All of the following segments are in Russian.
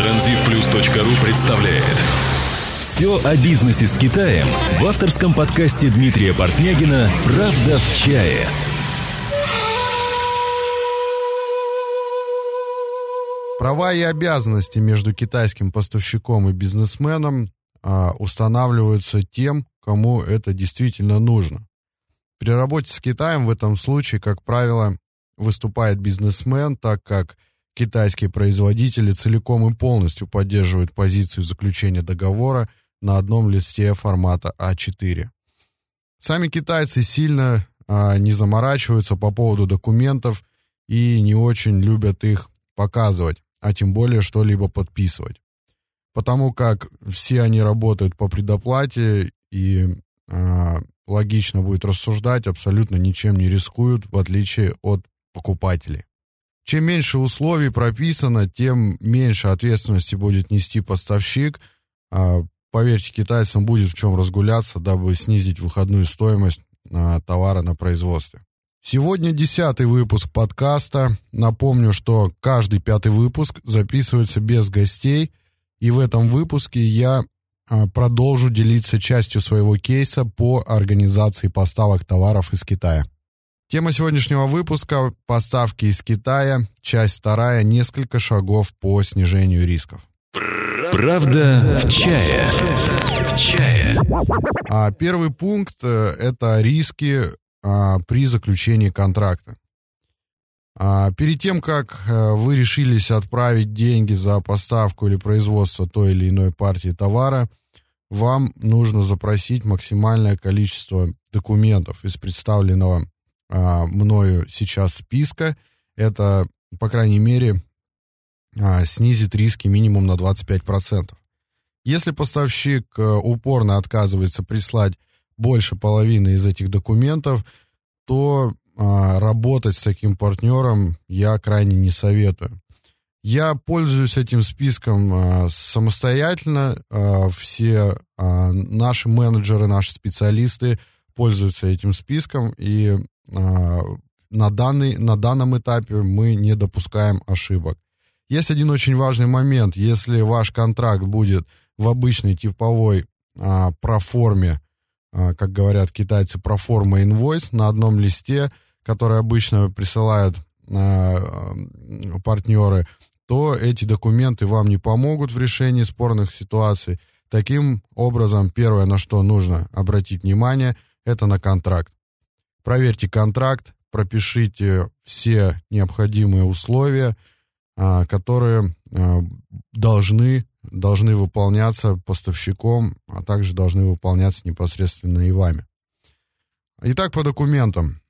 Transitplus.ru представляет «Все о бизнесе с Китаем» в авторском подкасте Дмитрия Портнягина «Правда в чае». Права и обязанности между китайским поставщиком и бизнесменом устанавливаются тем, кому это действительно нужно. При работе с Китаем в этом случае, как правило, выступает бизнесмен, так как китайские производители целиком и полностью поддерживают позицию заключения договора на одном листе формата А4. Сами китайцы сильно не заморачиваются по поводу документов и не очень любят их показывать, а тем более что-либо подписывать. Потому как все они работают по предоплате и логично будет рассуждать, абсолютно ничем не рискуют, в отличие от покупателей. Чем меньше условий прописано, тем меньше ответственности будет нести поставщик. Поверьте, китайцам будет в чем разгуляться, дабы снизить выходную стоимость товара на производстве. Сегодня 10-й выпуск подкаста. Напомню, что каждый 5-й выпуск записывается без гостей, и в этом выпуске я продолжу делиться частью своего кейса по организации поставок товаров из Китая. Тема сегодняшнего выпуска – поставки из Китая, часть 2, несколько шагов по снижению рисков. Правда в чае. Первый пункт – это риски при заключении контракта. Перед тем, как вы решились отправить деньги за поставку или производство той или иной партии товара, вам нужно запросить максимальное количество документов из представленного мною сейчас списка. Это, по крайней мере, снизит риски минимум на 25%. Если поставщик упорно отказывается прислать больше половины из этих документов, то работать с таким партнером я крайне не советую. Я пользуюсь этим списком самостоятельно. Все наши менеджеры, наши специалисты пользуются этим списком, и на данном этапе мы не допускаем ошибок. Есть один очень важный момент. Если ваш контракт будет в обычной типовой проформе, как говорят китайцы, проформа инвойс на одном листе, который обычно присылают партнеры, то эти документы вам не помогут в решении спорных ситуаций. Таким образом, первое, на что нужно обратить внимание, это на контракт. Проверьте контракт, пропишите все необходимые условия, которые должны выполняться поставщиком, а также должны выполняться непосредственно и вами. Итак, по документам.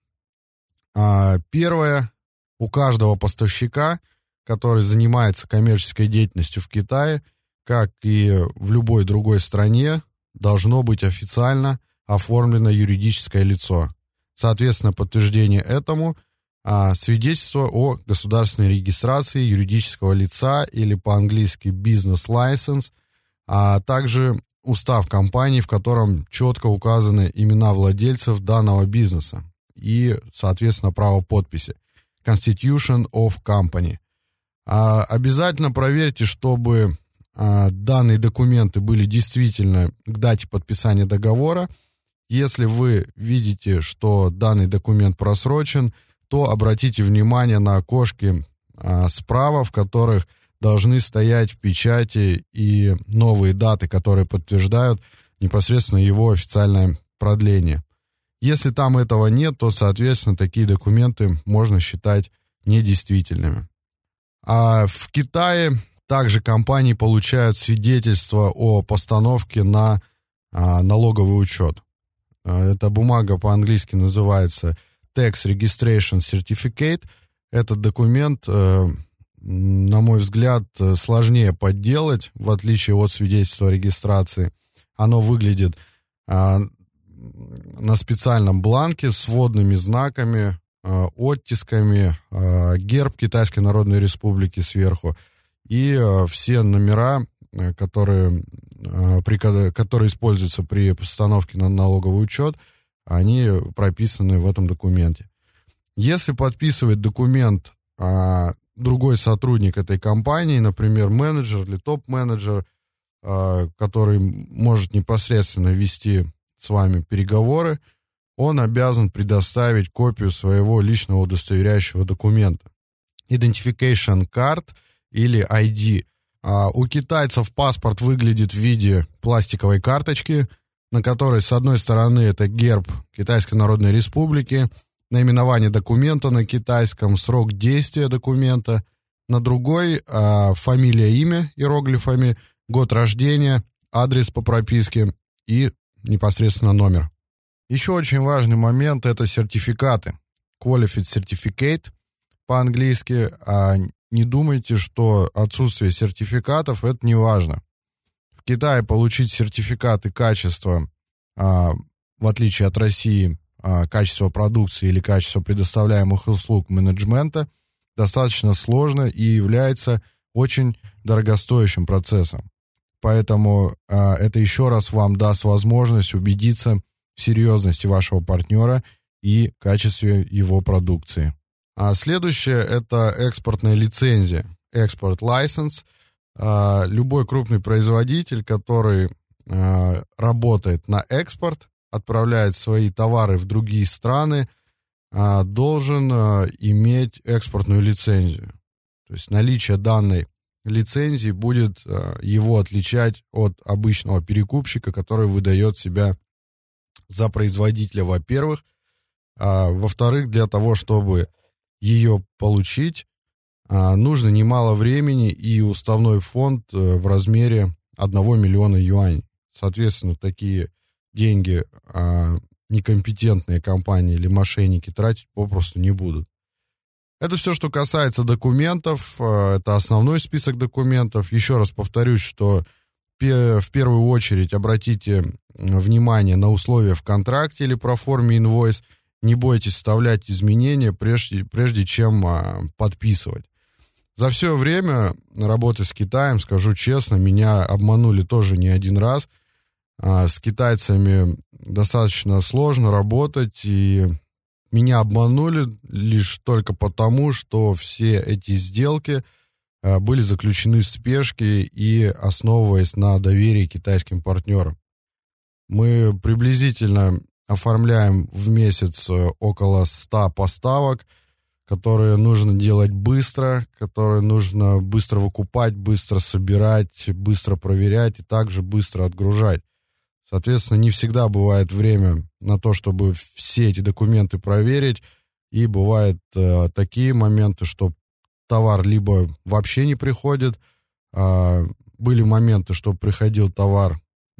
Первое, у каждого поставщика, который занимается коммерческой деятельностью в Китае, как и в любой другой стране, должно быть официально оформлено юридическое лицо. Соответственно, подтверждение этому свидетельство о государственной регистрации юридического лица или по-английски business license, а также устав компании, в котором четко указаны имена владельцев данного бизнеса и, соответственно, право подписи. Constitution of Company. Обязательно проверьте, чтобы данные документы были действительно к дате подписания договора. Если вы видите, что данный документ просрочен, то обратите внимание на окошки справа, в которых должны стоять печати и новые даты, которые подтверждают непосредственно его официальное продление. Если там этого нет, то, соответственно, такие документы можно считать недействительными. А в Китае также компании получают свидетельство о постановке на налоговый учет. Эта бумага по-английски называется Tax Registration Certificate. Этот документ, на мой взгляд, сложнее подделать, в отличие от свидетельства о регистрации. Оно выглядит на специальном бланке с вводными знаками, оттисками, герб Китайской Народной Республики сверху и все номера, которые используются при постановке на налоговый учет, они прописаны в этом документе. Если подписывать документ другой сотрудник этой компании, например, менеджер или топ-менеджер, который может непосредственно вести с вами переговоры, он обязан предоставить копию своего личного удостоверяющего документа. Identification Card или ID. У китайцев паспорт выглядит в виде пластиковой карточки, на которой с одной стороны это герб Китайской Народной Республики, наименование документа на китайском, срок действия документа, на другой фамилия, имя иероглифами, год рождения, адрес по прописке и непосредственно номер. Еще очень важный момент — это сертификаты. Qualified Certificate по-английски. Не думайте, что отсутствие сертификатов — это не важно. В Китае получить сертификаты качества, в отличие от России, качество продукции или качество предоставляемых услуг менеджмента, достаточно сложно и является очень дорогостоящим процессом. Поэтому это еще раз вам даст возможность убедиться в серьезности вашего партнера и качестве его продукции. Следующее — это экспортная лицензия, Export License. Любой крупный производитель, который работает на экспорт, отправляет свои товары в другие страны, должен иметь экспортную лицензию. То есть наличие данной лицензии будет его отличать от обычного перекупщика, который выдает себя за производителя, во-первых. Во-вторых, для того, чтобы ее получить, нужно немало времени и уставной фонд в размере 1 миллиона юаней. Соответственно, такие деньги некомпетентные компании или мошенники тратить попросту не будут. Это все, что касается документов. Это основной список документов. Еще раз повторюсь, что в первую очередь обратите внимание на условия в контракте или проформе инвойс. Не бойтесь вставлять изменения, прежде чем подписывать. За все время работы с Китаем, скажу честно, меня обманули тоже не один раз. С китайцами достаточно сложно работать, и меня обманули лишь только потому, что все эти сделки были заключены в спешке и основываясь на доверии китайским партнерам. Мы приблизительно оформляем в месяц около 100 поставок, которые нужно делать быстро, которые нужно быстро выкупать, быстро собирать, быстро проверять и также быстро отгружать. Соответственно, не всегда бывает время на то, чтобы все эти документы проверить, и бывают такие моменты, что товар либо вообще не приходит, были моменты, что приходил товар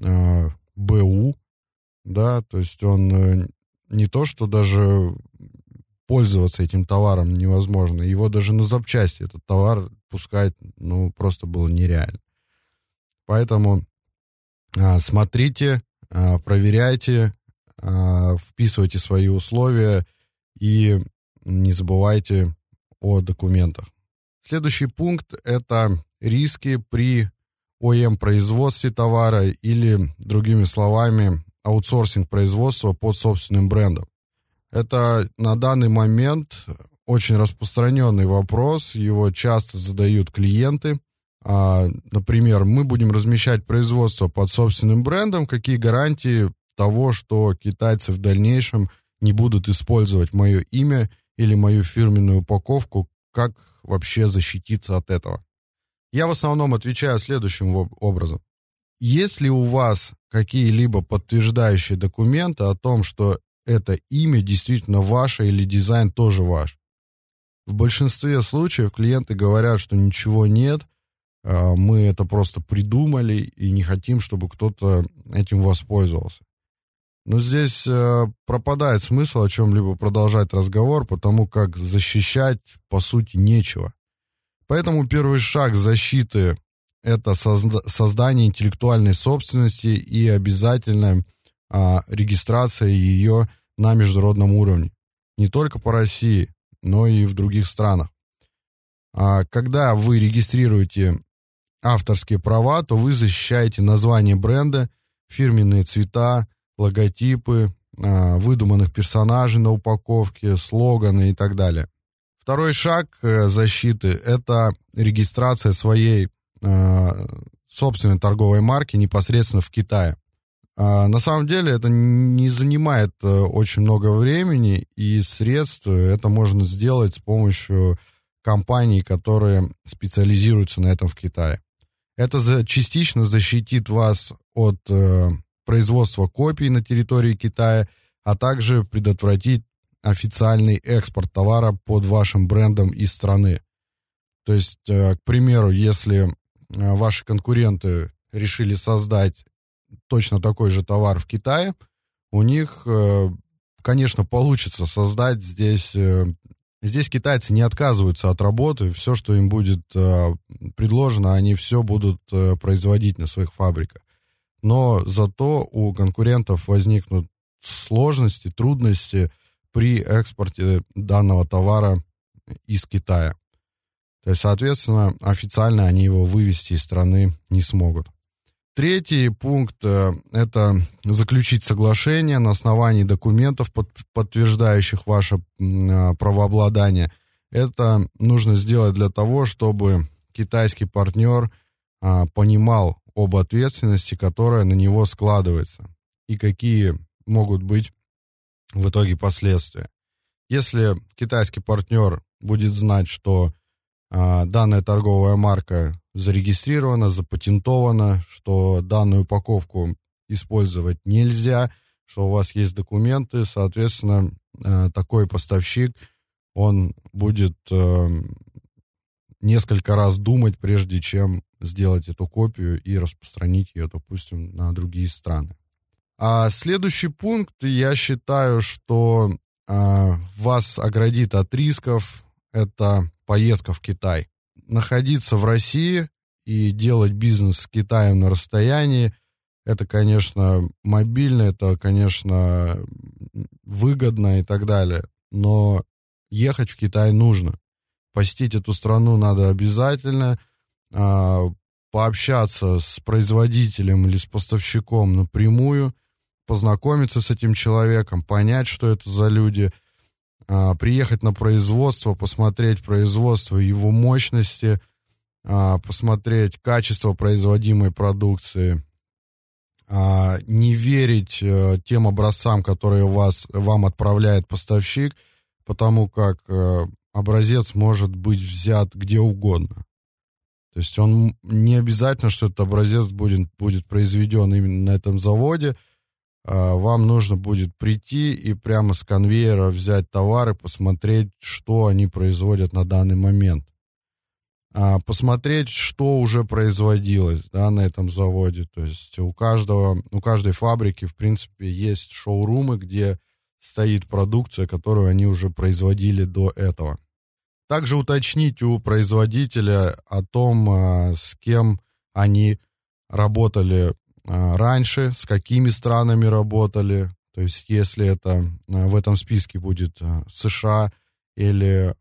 БУ, да, то есть он не то, что даже пользоваться этим товаром невозможно, его даже на запчасти этот товар пускать, просто было нереально. Поэтому смотрите, проверяйте, вписывайте свои условия и не забывайте о документах. Следующий пункт — это риски при ОЕМ-производстве товара или, другими словами, аутсорсинг производства под собственным брендом. Это на данный момент очень распространенный вопрос, его часто задают клиенты. Например, мы будем размещать производство под собственным брендом, какие гарантии того, что китайцы в дальнейшем не будут использовать мое имя или мою фирменную упаковку, как вообще защититься от этого? Я в основном отвечаю следующим образом. Есть ли у вас какие-либо подтверждающие документы о том, что это имя действительно ваше или дизайн тоже ваш? В большинстве случаев клиенты говорят, что ничего нет, мы это просто придумали и не хотим, чтобы кто-то этим воспользовался. Но здесь пропадает смысл о чем-либо продолжать разговор, потому как защищать, по сути, нечего. Поэтому первый шаг защиты — это создание интеллектуальной собственности и обязательная регистрация ее на международном уровне. Не только по России, но и в других странах. Когда вы регистрируете авторские права, то вы защищаете название бренда, фирменные цвета, логотипы, выдуманных персонажей на упаковке, слоганы и так далее. Второй шаг защиты – это регистрация своей собственной торговой марки непосредственно в Китае. На самом деле это не занимает очень много времени и средств. Это можно сделать с помощью компаний, которые специализируются на этом в Китае. Это частично защитит вас от производства копий на территории Китая, а также предотвратит официальный экспорт товара под вашим брендом из страны. То есть, к примеру, если ваши конкуренты решили создать точно такой же товар в Китае, у них, конечно, получится создать здесь. Здесь китайцы не отказываются от работы, все, что им будет предложено, они все будут производить на своих фабриках. Но зато у конкурентов возникнут сложности, трудности при экспорте данного товара из Китая. То есть, соответственно, официально они его вывести из страны не смогут. Третий пункт – это заключить соглашение на основании документов, подтверждающих ваше правообладание. Это нужно сделать для того, чтобы китайский партнер понимал об ответственности, которая на него складывается, и какие могут быть в итоге последствия. Если китайский партнер будет знать, что данная торговая марка зарегистрирована, запатентована, что данную упаковку использовать нельзя, что у вас есть документы, соответственно, такой поставщик, он будет несколько раз думать, прежде чем сделать эту копию и распространить ее, допустим, на другие страны. А следующий пункт, я считаю, что вас оградит от рисков, это поездка в Китай. Находиться в России и делать бизнес с Китаем на расстоянии, это, конечно, мобильно, это, конечно, выгодно и так далее. Но ехать в Китай нужно. Посетить эту страну надо обязательно. Пообщаться с производителем или с поставщиком напрямую, познакомиться с этим человеком, понять, что это за люди, приехать на производство, посмотреть производство, его мощности, посмотреть качество производимой продукции, не верить тем образцам, которые вам отправляет поставщик, потому как образец может быть взят где угодно. То есть он не обязательно, что этот образец будет произведен именно на этом заводе. Вам нужно будет прийти и прямо с конвейера взять товар и посмотреть, что они производят на данный момент. Посмотреть, что уже производилось, да, на этом заводе. То есть у каждой фабрики, в принципе, есть шоурумы, где стоит продукция, которую они уже производили до этого. Также уточнить у производителя о том, с кем они работали раньше, с какими странами работали. То есть если это в этом списке будет США или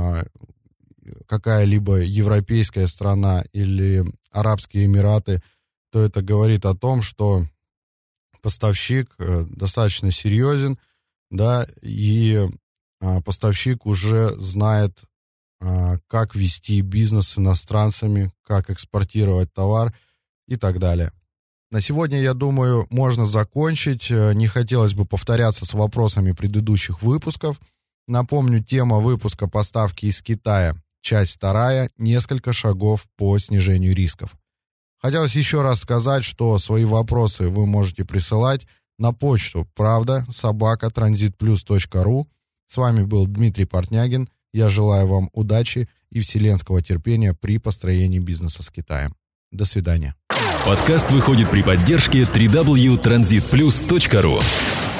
какая-либо европейская страна или Арабские Эмираты, то это говорит о том, что поставщик достаточно серьезен, да, и поставщик уже знает, как вести бизнес с иностранцами, как экспортировать товар и так далее. На сегодня, я думаю, можно закончить. Не хотелось бы повторяться с вопросами предыдущих выпусков. Напомню, тема выпуска «Поставки из Китая», часть 2, несколько шагов по снижению рисков. Хотелось еще раз сказать, что свои вопросы вы можете присылать на почту pravda@transitplus.ru. С вами был Дмитрий Портнягин. Я желаю вам удачи и вселенского терпения при построении бизнеса с Китаем. До свидания. Подкаст выходит при поддержке www.transitplus.ru.